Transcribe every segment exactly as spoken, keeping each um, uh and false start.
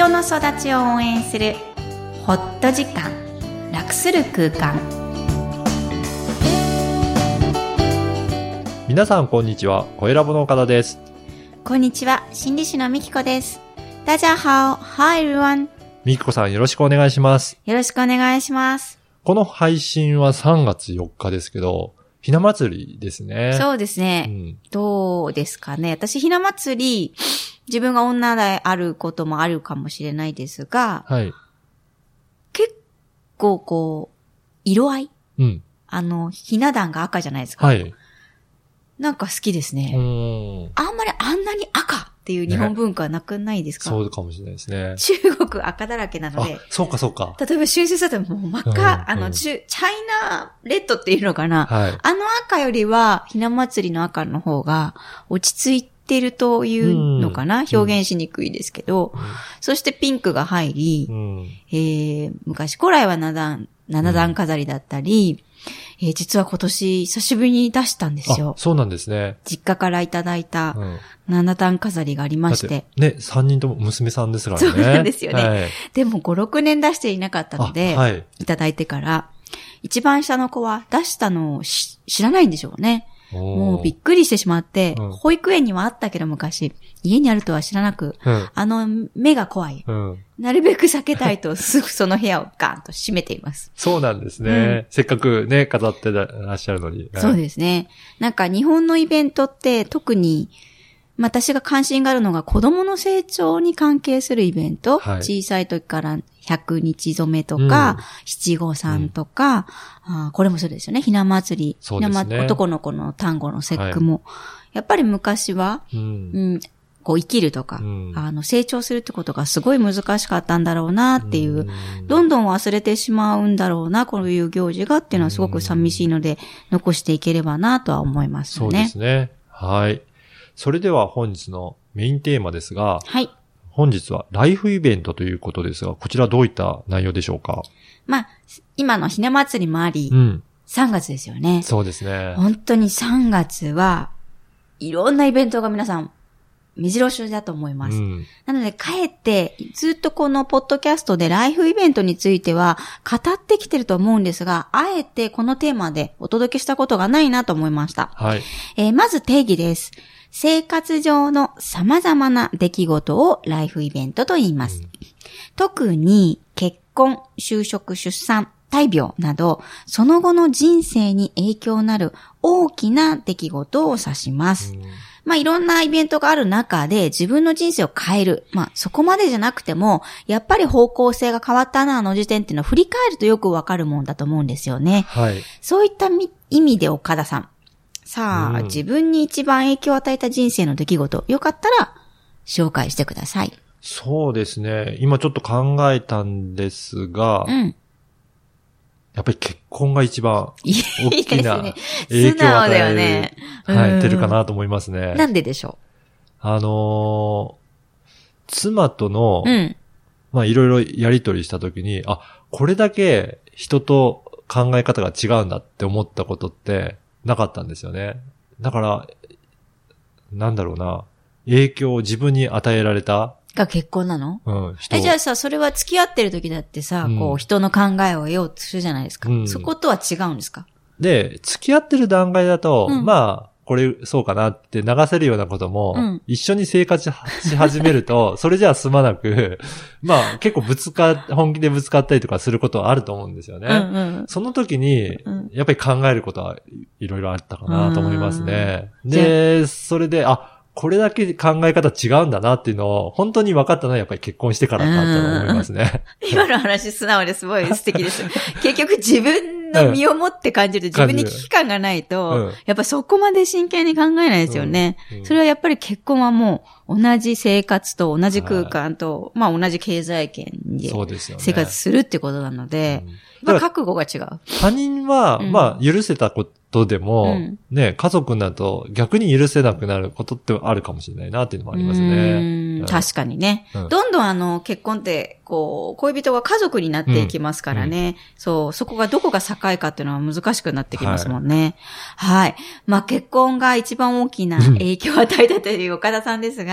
人の育ちを応援するホット時間、楽する空間。 皆さんこんにちは、声ラボの岡田です。 こんにちは、心理師のみきこです。大家好、Hi everyone。 みきこさんよろしくお願いします。 よろしくお願いします。 この配信はさんがつよっかですけど、ひな祭りですね。 そうですね。うん、どうですかね。私ひな祭り、自分が女であることもあるかもしれないですが、 はい、 結構こう、色合い、 うん、 あの、ひな壇が赤じゃないですか。 はい。 なんか好きですね。 うーん、 あんまりあんなに赤っていう日本文化はなくないですか、 ね、そうかもしれないですね。 中国赤だらけなので。 あ、そうかそうか。 例えば春節だともう真っ赤、うんうん、あの、チャイナレッドっていうのかな、はい、あの赤よりはひな祭りの赤の方が落ち着いてるというのかな、うん、表現しにくいですけど、うん、そしてピンクが入り、うん、えー、昔古来は七段、七段飾りだったり、うんえー、実は今年久しぶりに出したんですよ。 あ、そうなんですね。 実家からいただいた七段飾りがありまして。 ね、三人とも娘さんですからね。 そうなんですよね。はい、でもご、ろくねん出していなかったので、 はい、 いただいてから、一番下の子は出したのを知らないんでしょうね。もうびっくりしてしまって、うん、保育園にはあったけど昔、家にあるとは知らなく、うん、あの目が怖い、うん。なるべく避けたいとすぐその部屋をガーンと閉めています。 そうなんですね。うん、せっかくね、飾ってらっしゃるのに。 そうですね。なんか日本のイベントって特に、まあ、私が関心があるのが子供の成長に関係するイベント。はい、小さい時からひゃくにち染めとか、七五三とか、うん、あ、これもそうですよね。ひな祭り。 そうですね。 男の子の単語の節句も。はい、やっぱり昔は、うんうん、こう生きるとか、うん、あの成長するってことがすごい難しかったんだろうなっていう、うん、どんどん忘れてしまうんだろうな、こういう行事がっていうのはすごく寂しいので、残していければなとは思いますよね。 そうですね。はい。それでは本日のメインテーマですが、 はい。 本日はライフイベントということですが、こちらどういった内容でしょうか？ まあ、今のひな祭りもあり、うん、さんがつですよね。 そうですね。 本当にさんがつはいろんなイベントが皆さん目白押しだと思います。うん、なので、かえってずっとこのポッドキャストでライフイベントについては語ってきてると思うんですが、あえてこのテーマでお届けしたことがないなと思いました。 はい。 えー、まず定義です。生活上の様々な出来事をライフイベントと言います。うん、特に結婚、就職、出産、大病など、その後の人生に影響のある大きな出来事を指します。うん、まあいろんなイベントがある中で自分の人生を変える。まあそこまでじゃなくても、やっぱり方向性が変わったなあの時点っていうのを振り返るとよくわかるもんだと思うんですよね。 はい。 そういった意味で岡田さん。さあ、うん、自分に一番影響を与えた人生の出来事、よかったら紹介してください。 そうですね。今ちょっと考えたんですが、うん、やっぱり結婚が一番大きな影響を与える、ねはい、てるかなと思いますね。 なんででしょう？あのー、妻との、うん、まあいろいろやりとりしたときに、あ、これだけ人と考え方が違うんだって思ったことって、なかったんですよね。だから、なんだろうな、影響を自分に与えられた。 が結婚なの？ うん。 え、じゃあさ、それは付き合ってる時だってさ、うん、こう、人の考えを得ようとするじゃないですか。うん、そことは違うんですか？ で、付き合ってる段階だと、うん、まあ、これ、そうかなって流せるようなことも、うん、一緒に生活し始めると、それじゃあ済まなく、まあ、結構ぶつか、本気でぶつかったりとかすることはあると思うんですよね。うんうん、その時に、やっぱり考えることはいろいろあったかなと思いますね。で、それで、あ、これだけ考え方違うんだなっていうのを、本当に分かったのはやっぱり結婚してからかと思いますね。 今の話素直ですごい素敵です。結局自分の身をもって感じると、自分に危機感がないと、うん、やっぱそこまで真剣に考えないですよね、うんうん。それはやっぱり結婚はもう同じ生活と同じ空間と、まあ同じ経済圏で生活するってことなので、やっぱ覚悟が違う。 他人は、まあ許せたこと、でも、うん、ね、家族になると逆に許せなくなることってあるかもしれないなっていうのもありますね。 うん、確かにね、うん。どんどんあの結婚ってこう恋人が家族になっていきますからね。うん、そうそこがどこが境かっていうのは難しくなってきますもんね。はい。はい、まあ結婚が一番大きな影響を与えたという岡田さんですが、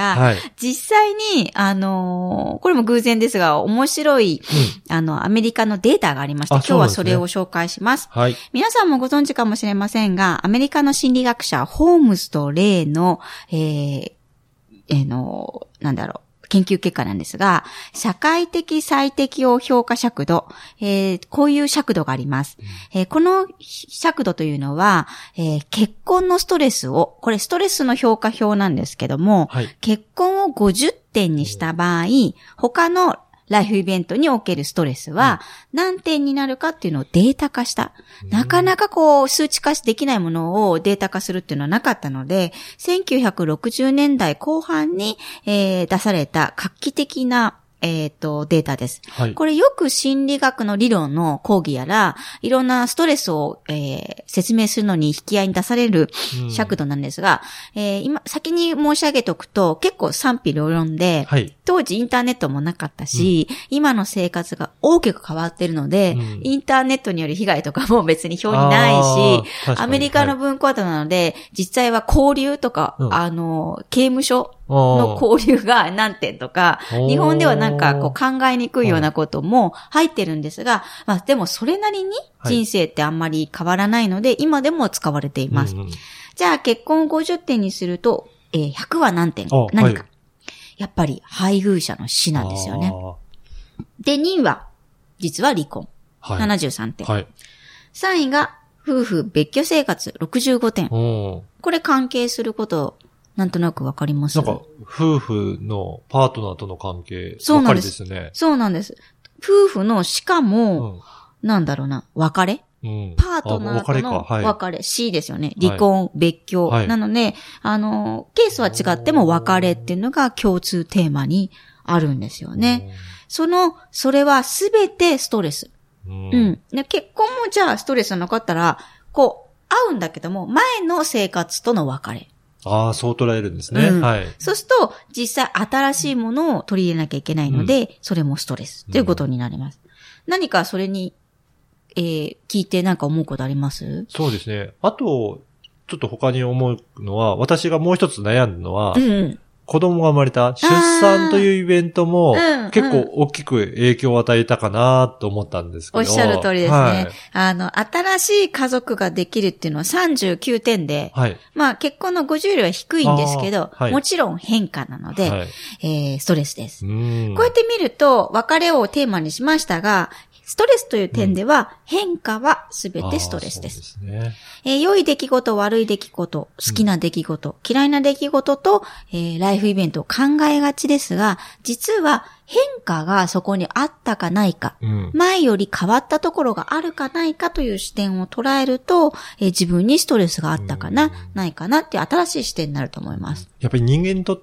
が、 はい、 実際に、あのー、これも偶然ですが、面白い、うん、あの、アメリカのデータがありまして、今日はそれを紹介します。 はい。 皆さんもご存知かもしれませんが、アメリカの心理学者、ホームズとレイの、えー、えー、の、なんだろう。研究結果なんですが、社会的最適応評価尺度、えー、こういう尺度があります。えー、この尺度というのは、えー、結婚のストレスを、これストレスの評価表なんですけども、はい、結婚をごじゅってんにした場合、他のライフイベントにおけるストレスは何点になるかっていうのをデータ化した。うん、なかなかこう数値化できないものをデータ化するっていうのはなかったので、せんきゅうひゃくろくじゅうねんだいこう半に、えー、出された画期的なえっと、データです。はい、これよく心理学の理論の講義やら、いろんなストレスを、えー、説明するのに引き合いに出される尺度なんですが、うん、えー、今、先に申し上げておくと結構賛否両論で、はい、当時インターネットもなかったし、うん、今の生活が大きく変わってるので、うん、インターネットによる被害とかも別に表にないし、アメリカの文化だなので、はい、実際は交流とか、うん、あの、刑務所、の交流が何点とか、日本ではなんかこう考えにくいようなことも入ってるんですが、まあでもそれなりに人生ってあんまり変わらないので、はい、今でも使われています。うんうん、じゃあ結婚をごじゅってんにすると、えー、ひゃくは何点？何か、はい、やっぱり配偶者の死なんですよね。で、にいは実は離婚。はい、ななじゅうさんてん。はい、さんいが夫婦別居生活ろくじゅうごてん。これ関係することなんとなくわかります？ なんか、夫婦のパートナーとの関係ばかりですね。 そうなんです。夫婦の、しかも、うん、なんだろうな、別れ、うん、パートナーとの別れ、別れ C ですよね。離婚、はい、別居、はい。なので、あの、ケースは違っても別れっていうのが共通テーマにあるんですよね。その、それはすべてストレス。うん。うん、で結婚もじゃあストレスなかったら、こう、合うんだけども、前の生活との別れ。 ああ、そう捉えるんですね。うん、はい。 そうすると、実際新しいものを取り入れなきゃいけないので、うん、それもストレスということになります。うん、何かそれに、えー、聞いてなんか思うことあります？ そうですね。あと、ちょっと他に思うのは、私がもう一つ悩んだのは、うんうん、子供が生まれた出産というイベントも結構大きく影響を与えたかなと思ったんですけど。 おっしゃる通りですね。はい、あの、新しい家族ができるっていうのはさんじゅうきゅうてんで、はい、まあ結婚のごじゅうよりは低いんですけど、はい、もちろん変化なので、はい、えー、ストレスです。こうやって見ると、別れをテーマにしましたが、ストレスという点では、変化はすべてストレスです。うん、そうですね。えー、良い出来事、悪い出来事、好きな出来事、うん、嫌いな出来事と、えー、ライフイベントを考えがちですが、実は変化がそこにあったかないか、うん、前より変わったところがあるかないかという視点を捉えると、えー、自分にストレスがあったかな、うん、ないかなっていう新しい視点になると思います。 やっぱり人間にとって、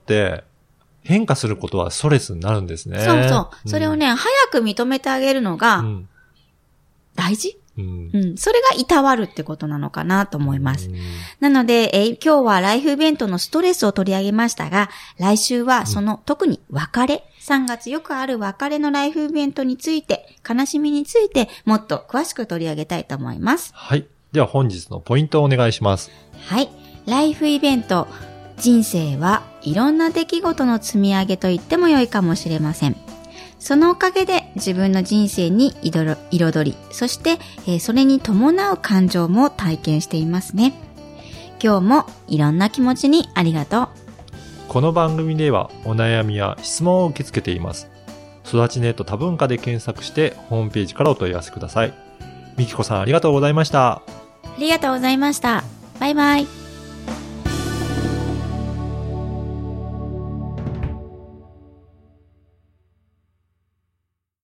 変化することはストレスになるんですね。 そうそう。それをね、うん、早く認めてあげるのが、大事、うんうん、それがいたわるってことなのかなと思います。うん、なので、えー、今日はライフイベントのストレスを取り上げましたが、来週はその、うん、特に別れ、さんがつよくある別れのライフイベントについて、悲しみについてもっと詳しく取り上げたいと思います。 はい。では本日のポイントをお願いします。 はい。ライフイベント。人生はいろんな出来事の積み上げと言っても良いかもしれません。そのおかげで自分の人生に彩り、そして、えー、それに伴う感情も体験していますね。今日もいろんな気持ちにありがとう。 この番組ではお悩みや質問を受け付けています。育ちネット多文化で検索してホームページからお問い合わせください。みきこさんありがとうございました。 ありがとうございました。バイバイ。